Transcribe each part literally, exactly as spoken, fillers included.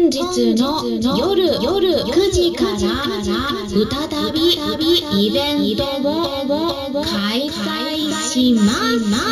本日の夜夜くじから再びイベントを開催します。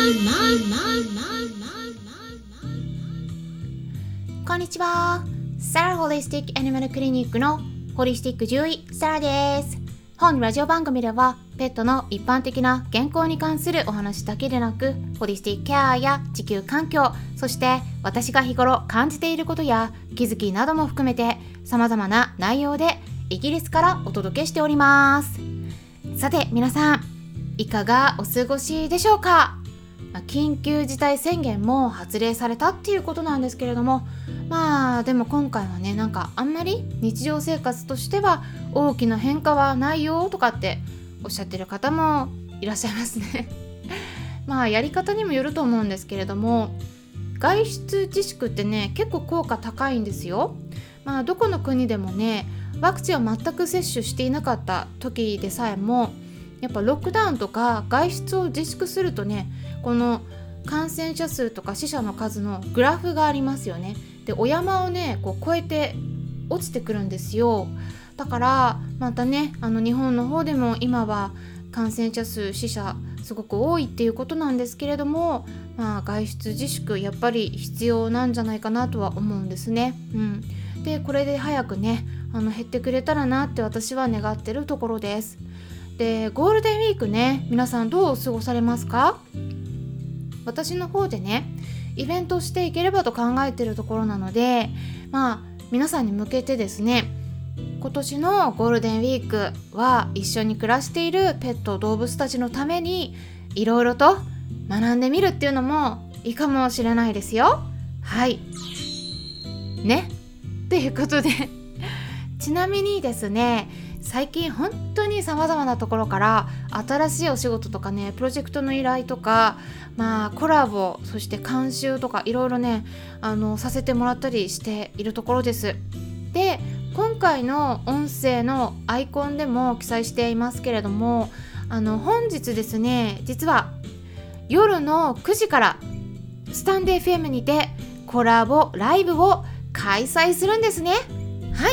こんにちは。サラホリスティックアニマルクリニックのホリスティック獣医サラです。本ラジオ番組ではペットの一般的な健康に関するお話だけでなく、ホリスティックケアや地球環境、そして私が日頃感じていることや気づきなども含めて様々な内容でイギリスからお届けしております。さて皆さん、いかがお過ごしでしょうか。緊急事態宣言も発令されたっていうことなんですけれども、まあでも今回はね、なんかあんまり日常生活としては大きな変化はないよとかっておっしゃってる方もいらっしゃいますねまあやり方にもよると思うんですけれども、外出自粛ってね結構効果高いんですよ。まあどこの国でもね、ワクチンを全く接種していなかった時でさえもやっぱロックダウンとか外出を自粛するとね、この感染者数とか死者の数のグラフがありますよね。でお山をねこう越えて落ちてくるんですよ。だからまたね、あの日本の方でも今は感染者数死者すごく多いっていうことなんですけれども、まあ、外出自粛やっぱり必要なんじゃないかなとは思うんですね、うん、でこれで早くねあの減ってくれたらなって私は願ってるところです。でゴールデンウィークね、皆さんどう過ごされますか？私の方でねイベントしていければと考えているところなので、まあ皆さんに向けてですね、今年のゴールデンウィークは一緒に暮らしているペット動物たちのためにいろいろと学んでみるっていうのもいいかもしれないですよ。はいね、ということでちなみにですね、最近本当に様々なところから新しいお仕事とかね、プロジェクトの依頼とか、まあコラボ、そして監修とかいろいろねあのさせてもらったりしているところです。で今回の音声のアイコンでも記載していますけれども、あの本日ですね、実は夜のくじからスタンド エフエム にてコラボライブを開催するんですね。はい、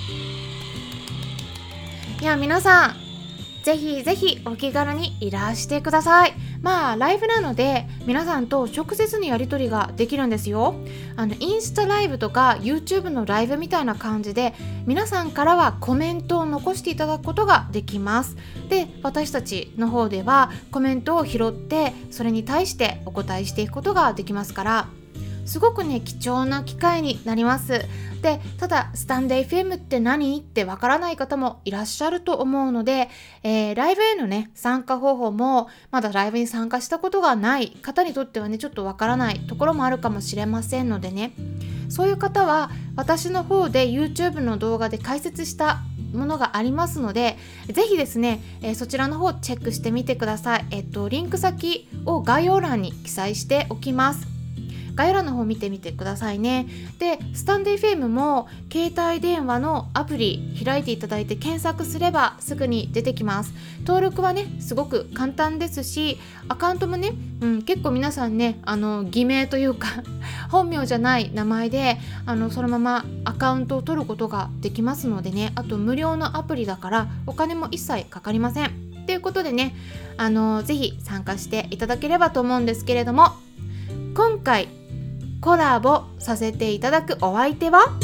いや皆さんぜひぜひお気軽にいらしてください。まあライブなので皆さんと直接にやり取りができるんですよ。あのインスタライブとか YouTube のライブみたいな感じで皆さんからはコメントを残していただくことができます。で私たちの方ではコメントを拾ってそれに対してお答えしていくことができますから、すごくね貴重な機会になります。でただスタンド エフエム って何ってわからない方もいらっしゃると思うので、えー、ライブへのね参加方法もまだライブに参加したことがない方にとってはねちょっとわからないところもあるかもしれませんのでね、そういう方は私の方で YouTube の動画で解説したものがありますので、ぜひですね、えー、そちらの方チェックしてみてください。えっとリンク先を概要欄に記載しておきます。概要欄の方見てみてくださいね。でスタンド エフエム も携帯電話のアプリ開いていただいて検索すればすぐに出てきます。登録はねすごく簡単ですし、アカウントもね、うん、結構皆さんねあの偽名というか本名じゃない名前であのそのままアカウントを取ることができますのでね、あと無料のアプリだからお金も一切かかりませんということでね、あのぜひ参加していただければと思うんですけれども、今回コラボさせていただくお相手は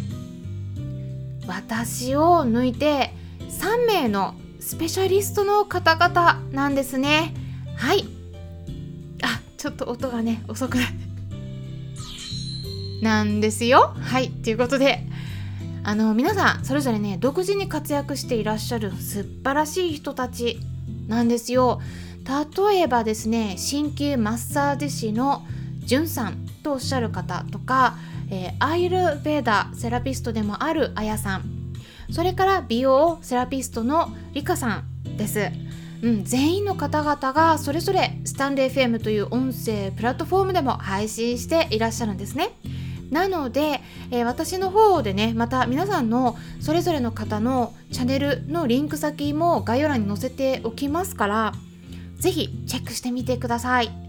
私を抜いてさんめいのスペシャリストの方々なんですね。はい、あ、ちょっと音がね遅くなってなんですよ。はい、ということであの皆さんそれぞれね独自に活躍していらっしゃる素晴らしい人たちなんですよ。例えばですね、鍼灸マッサージ師のじゅんさんとおっしゃる方とか、えー、アイルベーダセラピストでもあるあやさん、それから美容セラピストのりかさんです、うん、全員の方々がそれぞれスタンド エフエム という音声プラットフォームでも配信していらっしゃるんですね。なので、えー、私の方でねまた皆さんのそれぞれの方のチャンネルのリンク先も概要欄に載せておきますから、ぜひチェックしてみてください。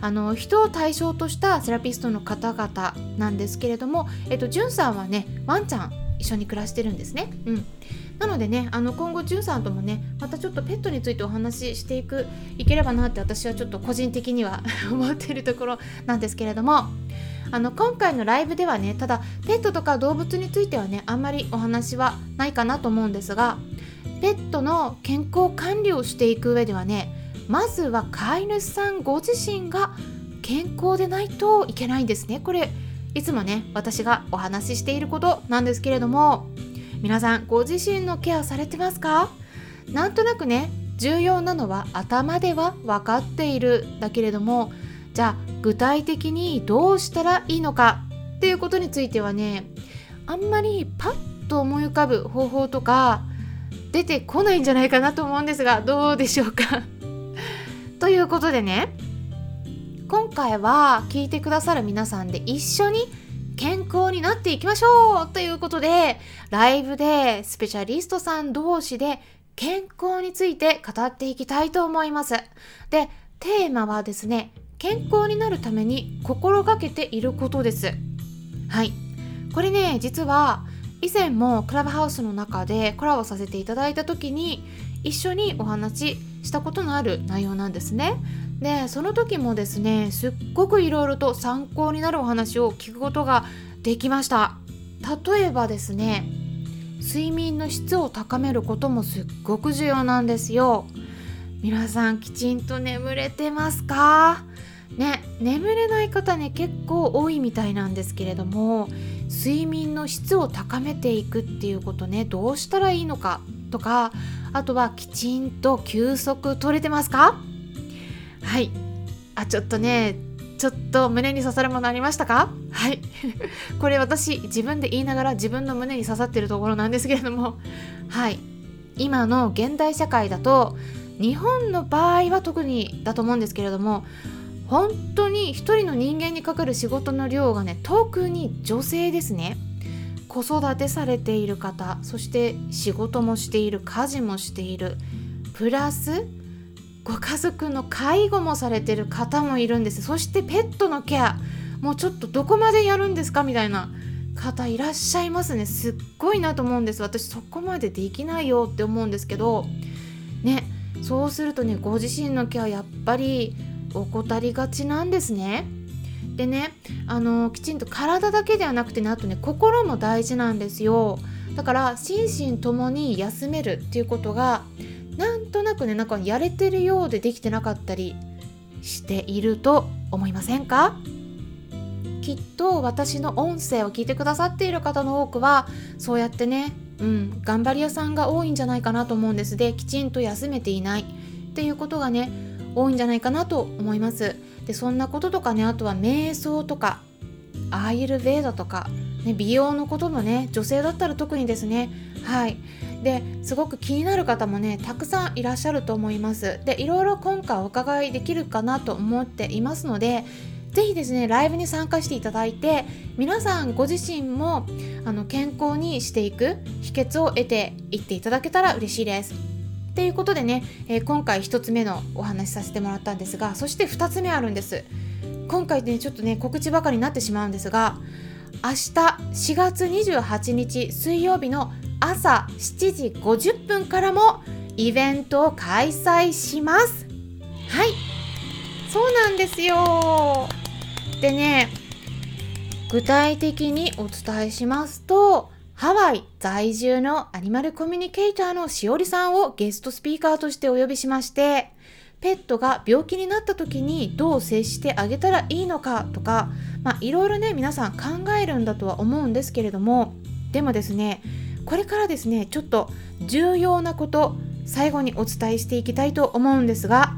あの人を対象としたセラピストの方々なんですけれども、えっと、じゅんさんはねワンちゃん一緒に暮らしてるんですね。うんなのでね、あの今後じゅんさんともねまたちょっとペットについてお話ししていくいければなって私はちょっと個人的には思っているところなんですけれども、あの今回のライブではねただペットとか動物についてはねあんまりお話はないかなと思うんですが、ペットの健康管理をしていく上ではね、まずは飼い主さんご自身が健康でないといけないんですね。これいつもね私がお話ししていることなんですけれども、皆さんご自身のケアされてますか？なんとなくね重要なのは頭では分かっているだけれども、じゃあ具体的にどうしたらいいのかっていうことについてはね、あんまりパッと思い浮かぶ方法とか出てこないんじゃないかなと思うんですが、どうでしょうかということでね、今回は聞いてくださる皆さんで一緒に健康になっていきましょうということで、ライブでスペシャリストさん同士で健康について語っていきたいと思います。で、テーマはですね、健康になるために心がけていることです。はい、これね実は以前もクラブハウスの中でコラボさせていただいた時に一緒にお話ししたことのある内容なんですね。でその時もですねすっごくいろいろと参考になるお話を聞くことができました。例えばですね、睡眠の質を高めることもすっごく重要なんですよ。皆さんきちんと眠れてますかね。眠れない方ね結構多いみたいなんですけれども、睡眠の質を高めていくっていうことね、どうしたらいいのかとか、あとはきちんと休息取れてますか？はい、あちょっとねちょっと胸に刺さるものありましたか？はいこれ私自分で言いながら自分の胸に刺さってるところなんですけれども、はい今の現代社会だと日本の場合は特にだと思うんですけれども、本当に一人の人間にかかる仕事の量がね、特に女性ですね、子育てされている方、そして仕事もしている、家事もしている、プラスご家族の介護もされている方もいるんです。そしてペットのケアもうちょっとどこまでやるんですかみたいな方いらっしゃいますね。すっごいなと思うんです。私そこまでできないよって思うんですけどね。そうするとねご自身のケアやっぱり怠りがちなんですね。でね、あのきちんと体だけではなくてね、あとね心も大事なんですよ。だから心身ともに休めるっていうことがなんとなくねなんかやれてるようでできてなかったりしていると思いませんか？きっと私の音声を聞いてくださっている方の多くはそうやってね、うん、頑張り屋さんが多いんじゃないかなと思うんです。できちんと休めていないっていうことがね多いんじゃないかなと思います。でそんなこととかね、あとは瞑想とかアーユルヴェーダとか、ね、美容のこともね女性だったら特にですね、はいですごく気になる方もねたくさんいらっしゃると思います。でいろいろ今回お伺いできるかなと思っていますので、ぜひですねライブに参加していただいて、皆さんご自身もあの健康にしていく秘訣を得ていっていただけたら嬉しいです。ということでね、えー、今回ひとつめのお話しさせてもらったんですが、そしてふたつめあるんです。今回ねちょっとね告知ばかりになってしまうんですが、明日しがつにじゅうはちにち水曜日の朝しちじごじゅっぷんからもイベントを開催します。はい、そうなんですよ。でね、具体的にお伝えしますと、ハワイ在住のアニマルコミュニケーターのしおりさんをゲストスピーカーとしてお呼びしまして、ペットが病気になった時にどう接してあげたらいいのかとか、まあいろいろね皆さん考えるんだとは思うんですけれども、でもですねこれからですねちょっと重要なこと最後にお伝えしていきたいと思うんですが、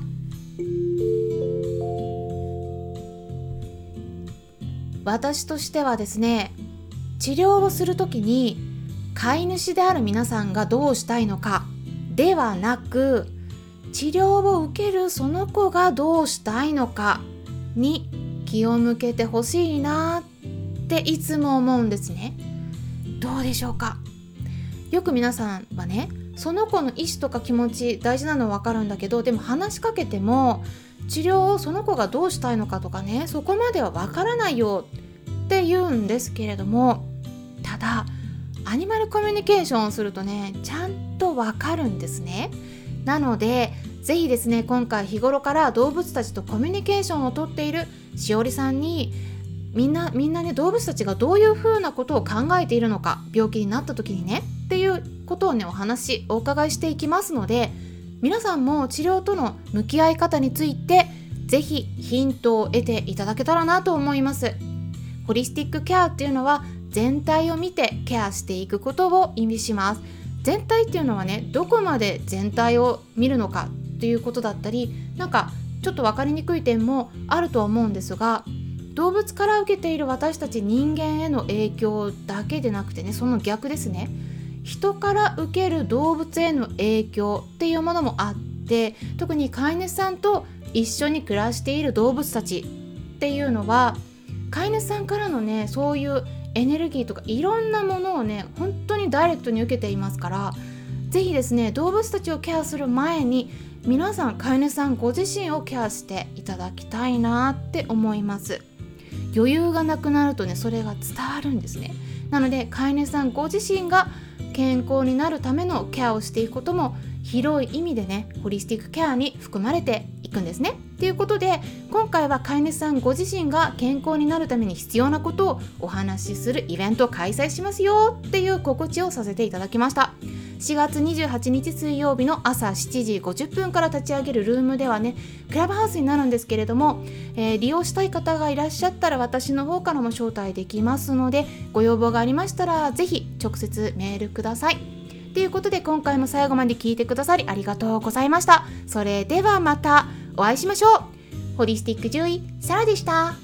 私としてはですね、治療をするときに飼い主である皆さんがどうしたいのかではなく、治療を受けるその子がどうしたいのかに気を向けてほしいなっていつも思うんですね。どうでしょうか？よく皆さんはね、その子の意思とか気持ち大事なのは分かるんだけど、でも話しかけても治療をその子がどうしたいのかとかね、そこまではわからないよって言うんですけれども、ただアニマルコミュニケーションをするとね、ちゃんとわかるんですね。なのでぜひですね、今回日頃から動物たちとコミュニケーションをとっているしおりさんに、みんなみんなね、動物たちがどういうふうなことを考えているのか、病気になった時にねっていうことをね、お話お伺いしていきますので、皆さんも治療との向き合い方についてぜひヒントを得ていただけたらなと思います。ホリスティックケアっていうのは全体を見てケアしていくことを意味します。全体っていうのはね、どこまで全体を見るのかっていうことだったり、なんかちょっと分かりにくい点もあるとは思うんですが、動物から受けている私たち人間への影響だけでなくてね、その逆ですね、人から受ける動物への影響っていうものもあって、特に飼い主さんと一緒に暮らしている動物たちっていうのは、飼い主さんからのね、そういうエネルギーとかいろんなものをね、本当にダイレクトに受けていますから、ぜひですね、動物たちをケアする前に皆さん、飼い主さんご自身をケアしていただきたいなって思います。余裕がなくなるとね、それが伝わるんですね。なので飼い主さんご自身が健康になるためのケアをしていくことも広い意味でね、ホリスティックケアに含まれていくんですね。ということで、今回は飼い主さんご自身が健康になるために必要なことをお話しするイベントを開催しますよっていう告知をさせていただきました。しがつにじゅうはちにち水曜日の朝しちじごじゅっぷんから立ち上げるルームではね、クラブハウスになるんですけれども、えー、利用したい方がいらっしゃったら私の方からも招待できますので、ご要望がありましたらぜひ直接メールください。ということで、今回も最後まで聞いてくださりありがとうございました。それではまたお会いしましょう。ホリスティック獣医サラでした。